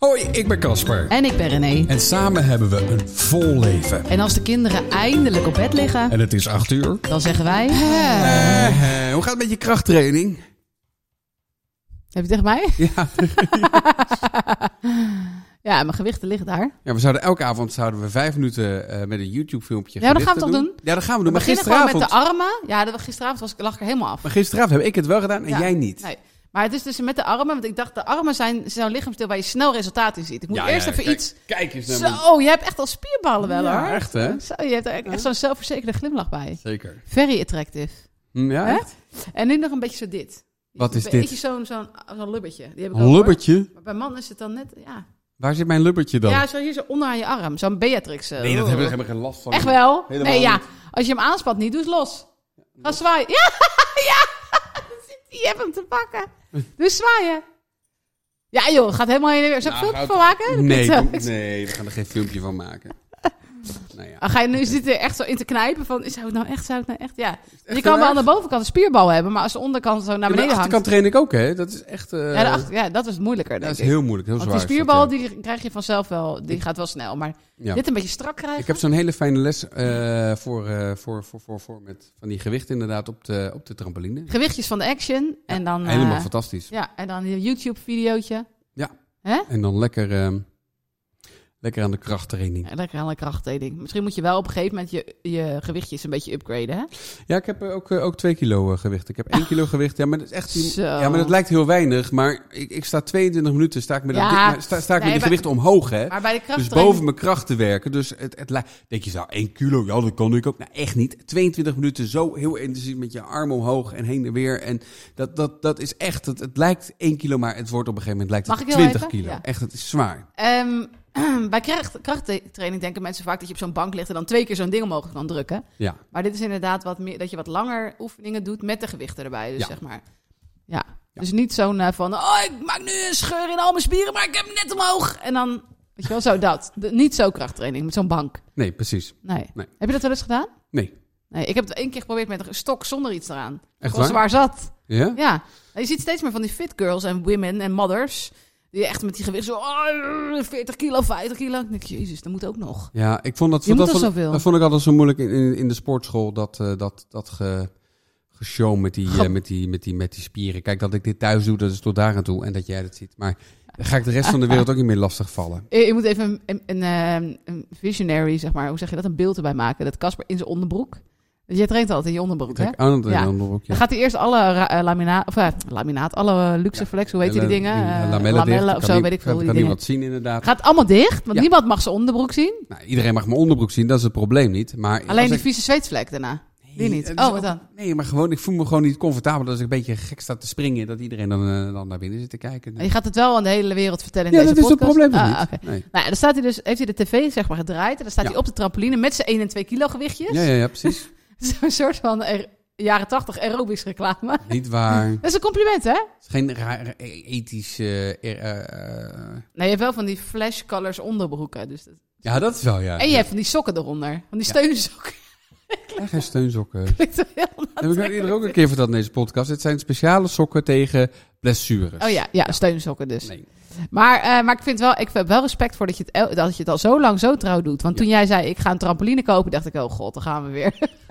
Hoi, ik ben Casper. En ik ben René. En samen hebben we een vol leven. En als de kinderen eindelijk op bed liggen, En het is 8:00. dan zeggen wij... Hoe gaat het met je krachttraining? Heb je tegen mij? Ja. Ja, mijn gewichten liggen daar. Ja, elke avond 5 minuten met een YouTube-filmpje. Ja, dat gaan we toch doen? Ja, dat gaan we doen. We Maar beginnen gewoon gisteravond, met de armen. Ja, gisteravond lag ik er helemaal af. maar gisteravond heb ik het wel gedaan en jij niet. Nee. Maar het is dus met de armen, want ik dacht, de armen zijn zo'n lichaamsdeel waar je snel resultaat in ziet. Ik moet eerst even iets... Kijk eens naar me. Zo, je hebt echt al spierballen wel, Ja, hoor. echt, hè? Zo, je hebt er echt zo'n zelfverzekerde glimlach bij. Zeker. Very attractive. Ja, Hè? echt? En nu nog een beetje zo dit. Wat is een dit? beetje zo'n lubbertje. Die heb ik Een ook, hoor. lubbertje? Maar bij mannen is het dan net, ja... Waar zit mijn lubbertje dan? Ja, zo hier zo onder aan je arm. Zo'n Beatrix. Nee, dat hebben we geen last van. Echt wel? Helemaal Nee, ja. niet. Als je hem aanspant niet, doe eens los. Ga zwaaien. Ja, ja. Je hebt hem te pakken. Doe zwaaien. Ja joh, gaat helemaal heen en weer. Zal ik een filmpje van maken? Nee, we gaan er geen filmpje van maken. Nou ja. Ga je nu zitten echt zo in te knijpen van, zou het nou echt? Ja. Je echt kan heel wel aan erg? de bovenkant een spierbal hebben, maar als de onderkant zo naar Ja, maar beneden de hangt. achterkant train ik ook, hè? Dat is echt... Ja, dat is moeilijker, dat denk is ik. heel moeilijk, heel Want zwaar. die is spierbal, dat, ja. die krijg je vanzelf wel, die gaat wel snel. Maar Ja. dit een beetje strak krijgen. Ik heb zo'n hele fijne les voor met van die gewichten inderdaad op de trampoline. Gewichtjes van de Action. En dan, Helemaal fantastisch. ja, en dan een YouTube-videootje. Ja. Hè? En dan lekker aan de krachttraining. Ja, lekker aan de krachttraining. Misschien moet je wel op een gegeven moment je gewichtjes een beetje upgraden, hè? Ja, ik heb ook 2 kilo gewicht. Ik heb 1 kilo gewicht. Ja, maar dat is echt... Zo. Ja, maar dat lijkt heel weinig. Maar ik sta 22 minuten sta ik met, met die maar- gewichten omhoog, hè? Maar bij de Dus krachttraining... boven mijn kracht te werken. Dus het lijkt... Denk je zo, 1 kilo? Ja, dat kan ik ook. Nou, echt niet. 22 minuten zo heel intensief met je armen omhoog en heen en weer. En dat is echt... Het lijkt 1 kilo, maar het wordt op een gegeven moment lijkt Mag het ik heel 20 even? kilo. Ja. Echt, het is zwaar. Bij krachttraining denken mensen vaak dat je op zo'n bank ligt en dan 2 keer zo'n ding omhoog kan drukken. Ja. Maar dit is inderdaad wat meer, dat je wat langer oefeningen doet met de gewichten erbij. Dus Ja. zeg maar. Ja. Dus niet zo'n van, ik maak nu een scheur in al mijn spieren, maar ik heb hem net omhoog. En dan, weet je wel, zo dat. Niet zo krachttraining met zo'n bank. Nee, precies. Nee. Nee. Heb je dat wel eens gedaan? Nee. Nee, ik heb het 1 keer geprobeerd met een stok zonder iets eraan. Echt Ik was waar? zwaar zat. Ja? Ja. En je ziet steeds meer van die fit girls en women en mothers. Die echt met die gewicht zo 40 kilo, 50 kilo. Ik denk, jezus, dat moet ook nog. Ja, ik vond Je moet dat er vond, zoveel. dat vond ik altijd zo moeilijk in de sportschool. Dat geshow met die spieren. Kijk, dat ik dit thuis doe, dat is tot daar aan toe. En dat jij dat ziet. Maar dan ga ik de rest van de wereld ook niet meer lastig vallen. Je moet even een visionary, zeg maar, hoe zeg je dat, een beeld erbij maken. Dat Casper in zijn onderbroek. Dus jij traint altijd in je onderbroek, hè? Kijk, aan het Ja. onderbroek, Dan gaat hij eerst alle laminaat, alle luxe flex, hoe heet die dingen? Lamellen of zo, weet ik veel. Ik Die kan dingen. niemand zien, inderdaad. Gaat allemaal dicht, want Ja. niemand mag zijn onderbroek zien. Nou, iedereen mag mijn onderbroek zien, dat is het probleem niet. Maar Alleen als die ik- vieze zweetvlek daarna. Die niet. het is Oh, wat ook- dan? Nee, maar gewoon, ik voel me gewoon niet comfortabel als ik een beetje gek sta te springen. Dat iedereen dan naar binnen zit te kijken. Je gaat het wel aan de hele wereld vertellen in Ja, deze dat is het podcast. probleem toch niet? Oké. Nee. Nou ja, dan staat hij dus, heeft hij de tv zeg maar gedraaid. En dan staat Ja. hij op de trampoline met zijn 1 en 2 kilo gewichtjes. Ja, precies. Zo'n soort van jaren 80 aerobisch reclame. Niet waar. Dat is een compliment, hè? Het is geen raar ethisch... Nee, je hebt wel van die flash colors onderbroeken. Dus Ja, dat is wel, ja. En je hebt van die sokken eronder. Van die Ja. steunsokken. Ja, geen steunsokken. Klinkt wel heel Dat heb ik eerder ook een keer verteld in deze podcast. Het zijn speciale sokken tegen blessures. Oh ja, steunsokken dus. Nee. Maar ik heb wel respect voor dat je het al zo lang zo trouw doet. Want toen jij zei, ik ga een trampoline kopen, dacht ik, oh god, dan gaan we weer.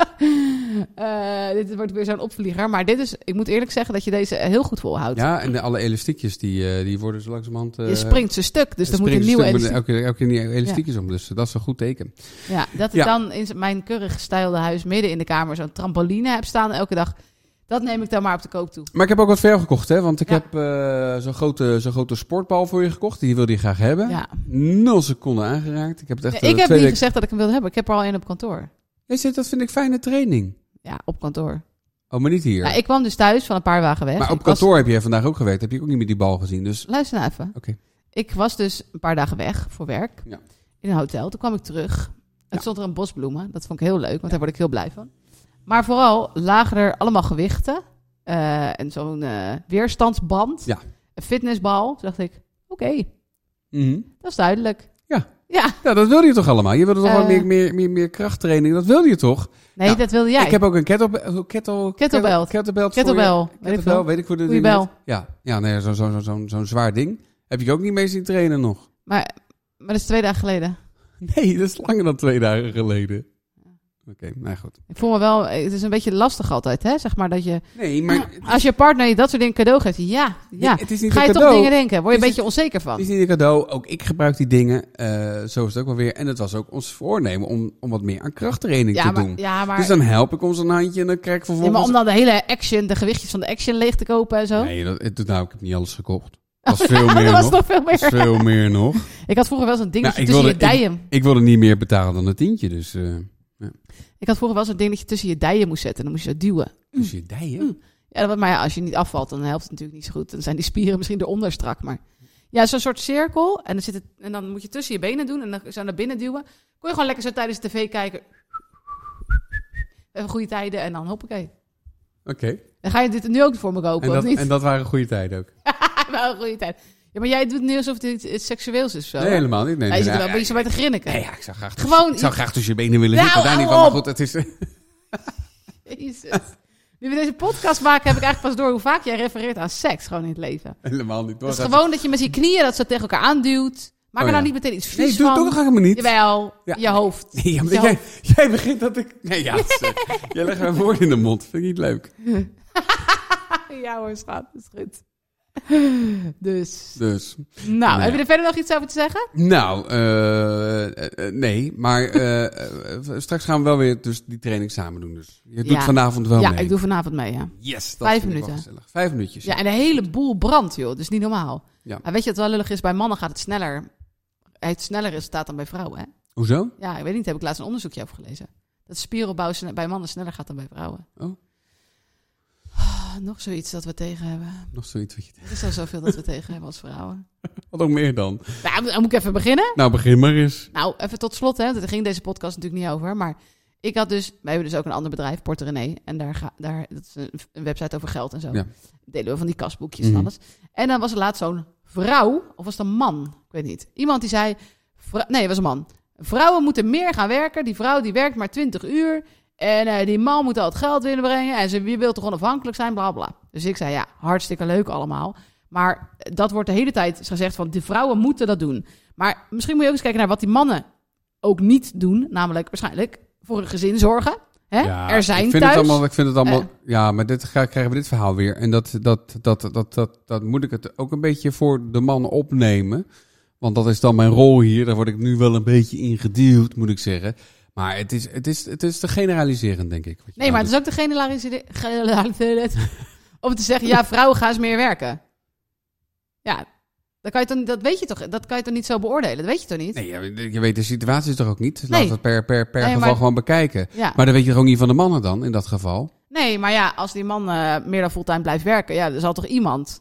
Dit wordt weer zo'n opvlieger. Maar ik moet eerlijk zeggen dat je deze heel goed volhoudt. Ja, en alle elastiekjes, die worden zo langzamerhand... Je springt ze stuk, dus er moet een nieuwe elastiek. Elke nieuwe elastiekjes om, dus dat is een goed teken. Ja, dat ik dan in mijn keurig gestylede huis midden in de kamer zo'n trampoline heb staan elke dag. Dat neem ik dan maar op de koop toe. Maar ik heb ook wat voor jou gekocht, hè? Want ik Ja. heb zo'n grote sportbal voor je gekocht. Die wilde je graag hebben. Ja. 0 seconden aangeraakt. Ik heb het echt Ik heb 2 niet weken... gezegd dat ik hem wilde hebben. Ik heb er al één op kantoor. Jij zegt, dat vind ik fijne training. Ja, op kantoor. Oh, maar niet hier. Ja, ik kwam dus thuis van een paar dagen weg. maar op kantoor heb jij vandaag ook gewerkt. Heb je ook niet meer die bal gezien, dus... Luister nou even. Oké. Ik was dus een paar dagen weg voor werk. Ja. In een hotel. Toen kwam ik terug. En Ja. stond er een bos bloemen. Dat vond ik heel leuk, want daar word ik heel blij van. Maar vooral lagen er allemaal gewichten. En zo'n weerstandsband. Ja. Een fitnessbal. Toen dacht ik, oké, Mhm. dat is duidelijk. Ja. Ja, Ja, dat wilde je toch allemaal? Je wilde toch wel meer krachttraining? Dat wilde je toch? nee, Nou, dat wilde jij. Ik heb ook een kettlebell. Kettlebell. Kettlebell, Kettlebell, weet ik veel. weet ik voor de Goeie bel. Ja, nee, zo'n zwaar ding. Heb je ook niet mee zien trainen nog? Maar dat is 2 dagen geleden. Nee, dat is langer dan 2 dagen geleden. Oké, nou goed. Ik voel me wel... Het is een beetje lastig altijd, hè? Zeg maar dat je... Nee, maar... Als je partner je dat soort dingen cadeau geeft, ja. Nee, het is niet ga je een toch cadeau. dingen denken? Word je een beetje onzeker van? Het is niet een cadeau. Ook ik gebruik die dingen. Zo is het ook wel weer. En het was ook ons voornemen om wat meer aan krachttraining te doen. Ja, maar... Dus dan help ik ons een handje en dan krijg ik vervolgens... Ja, maar om dan de hele action, de gewichtjes van de action leeg te kopen en zo? Nee, ik heb niet alles gekocht. Dat was veel meer dat was nog. nog veel meer. Dat was veel meer nog. Ik had vroeger wel zo'n ding Nou, dat je tussen je dijen... Ik wilde niet meer betalen dan een tientje, dus... Ja. Ik had vroeger wel zo'n ding dat je tussen je dijen moest zetten. En dan moest je dat duwen. Tussen je dijen? Ja, maar ja, als je niet afvalt, dan helpt het natuurlijk niet zo goed. Dan zijn die spieren misschien eronder strak. Maar ja, zo'n soort cirkel. En dan moet je tussen je benen doen. En dan zo naar binnen duwen. Kon je gewoon lekker zo tijdens de tv kijken. Even goede tijden. En dan hoppakee. Oké. Dan ga je dit nu ook voor me kopen, of niet? En dat waren goede tijden ook. Wel een goede tijd. Ja, maar jij doet het nu alsof het iets seksueels is of zo. Nee, helemaal niet. Nee, je zit er wel een beetje zo bij te grinniken. Nee, ja, ik zou graag, Gewoon, graag tussen je benen willen zitten. Daar niet van, maar goed, het is... Jezus. Nu we deze podcast maken, heb ik eigenlijk pas door hoe vaak jij refereert aan seks gewoon in het leven. Helemaal niet. Het is gewoon dat je met je knieën dat zo tegen elkaar aanduwt. Maak er nou niet meteen iets vies van. Nee, doe toch helemaal niet. Jawel, je hoofd. Nee, ja, maar jij begint dat ik... Nee, ja, jij legt mijn woord in de mond. Vind ik niet leuk. Ja hoor, schat. Dat is goed. Dus. Nou, heb je er verder nog iets over te zeggen? Nou, nee. Maar straks gaan we wel weer dus die training samen doen. Dus je doet vanavond wel mee. Ja, ik doe vanavond mee, ja. Yes, dat 5 minuten. 5 minuutjes. Ja, en een hele boel brandt, joh. Dat is niet normaal. Ja. Maar weet je wat wel lullig is? Bij mannen gaat het sneller. Hij heeft sneller resultaat dan bij vrouwen, hè? Hoezo? Ja, ik weet niet. Heb ik laatst een onderzoekje over gelezen. Dat spieropbouw bij mannen sneller gaat dan bij vrouwen. Oh. Nog zoiets dat we tegen hebben. Nog zoiets wat je tegen... Er is al zoveel dat we tegen hebben als vrouwen. Wat ook meer dan? Nou, dan moet ik even beginnen. Nou, begin maar eens. Nou, even tot slot, hè. Daar ging deze podcast natuurlijk niet over. Maar ik had dus... Wij hebben dus ook een ander bedrijf, Porte René. En daar dat is een website over geld en zo. Ja. Delen we van die kasboekjes en alles. En dan was er laatst zo'n vrouw, of was het een man? Ik weet niet. Iemand die zei... Nee, het was een man. Vrouwen moeten meer gaan werken. Die vrouw die werkt maar 20 uur... En die man moet al het geld willen brengen. En ze wil toch onafhankelijk zijn, bla bla. Dus ik zei, ja, hartstikke leuk allemaal. Maar dat wordt de hele tijd gezegd van, de vrouwen moeten dat doen. Maar misschien moet je ook eens kijken naar wat die mannen ook niet doen. Namelijk waarschijnlijk voor een gezin zorgen. Hè? Ja, er zijn ik vind thuis. Ik vind het allemaal... Ja, maar krijgen we dit verhaal weer. En dat moet ik het ook een beetje voor de mannen opnemen. Want dat is dan mijn rol hier. Daar word ik nu wel een beetje in geduwd, moet ik zeggen. Maar het is te generaliserend, denk ik. Nee, maar het is ook te generaliseren om te zeggen, ja, vrouwen gaan eens meer werken. Ja, dat weet je toch? Dat kan je toch niet zo beoordelen? Dat weet je toch niet? Nee, je weet de situatie toch ook niet? Laten Nee. we het per geval gewoon bekijken. Ja. Maar dan weet je toch ook niet van de mannen dan, in dat geval? Nee, maar ja, als die man meer dan fulltime blijft werken, ja, er zal toch iemand...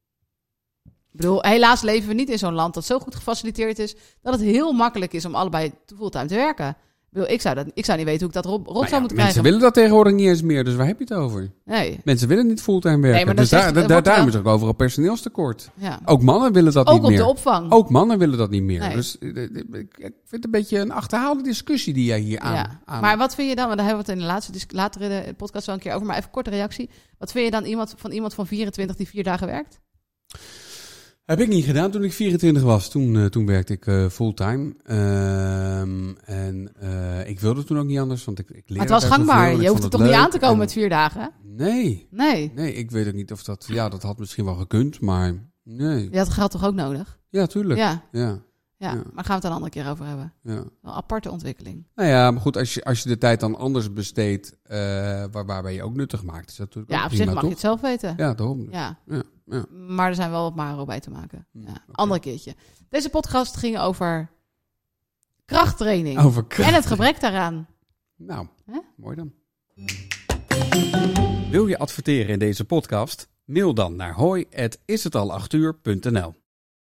Ik bedoel, helaas leven we niet in zo'n land dat zo goed gefaciliteerd is dat het heel makkelijk is om allebei fulltime te werken. Ik bedoel, ik zou niet weten hoe ik dat rot zou moeten krijgen. Mensen willen dat tegenwoordig niet eens meer, dus waar heb je het over? Nee. Mensen willen niet fulltime werken. Nee, maar dus daarom is het ook overal personeelstekort. Ja. Ook mannen willen dat niet meer. Ook op de opvang. Ook mannen willen dat niet meer. Nee. Dus ik vind het een beetje een achterhaalde discussie die jij hier aan... Maar wat vind je dan, want daar hebben we het in de latere podcast wel een keer over, maar even korte reactie. Wat vind je dan iemand van 24 die 4 dagen werkt? Heb ik niet gedaan toen ik 24 was. Toen werkte ik fulltime. Ik wilde toen ook niet anders, want ik leerde. Maar het was gangbaar. Je hoeft er toch niet aan te komen met 4 dagen? Nee, ik weet ook niet of dat... Ja, dat had misschien wel gekund, maar nee. Je had geld toch ook nodig? Ja, tuurlijk. Ja, Ja. Maar gaan we het een andere keer over hebben. Ja. Wel een aparte ontwikkeling. Nou ja, maar goed, als je de tijd dan anders besteedt, waarbij je ook nuttig maakt, is dat natuurlijk Ja, ook op prima, zich mag toch? je het zelf weten. Ja, daarom. Ja. Ja. Maar er zijn wel wat maro bij te maken. Ja. Oké. Ander keertje. Deze podcast ging over krachttraining. Over kracht. En het gebrek daaraan. Nou, Hè? mooi dan. Wil je adverteren in deze podcast? Mail dan naar hoi@ishetalachuur.nl.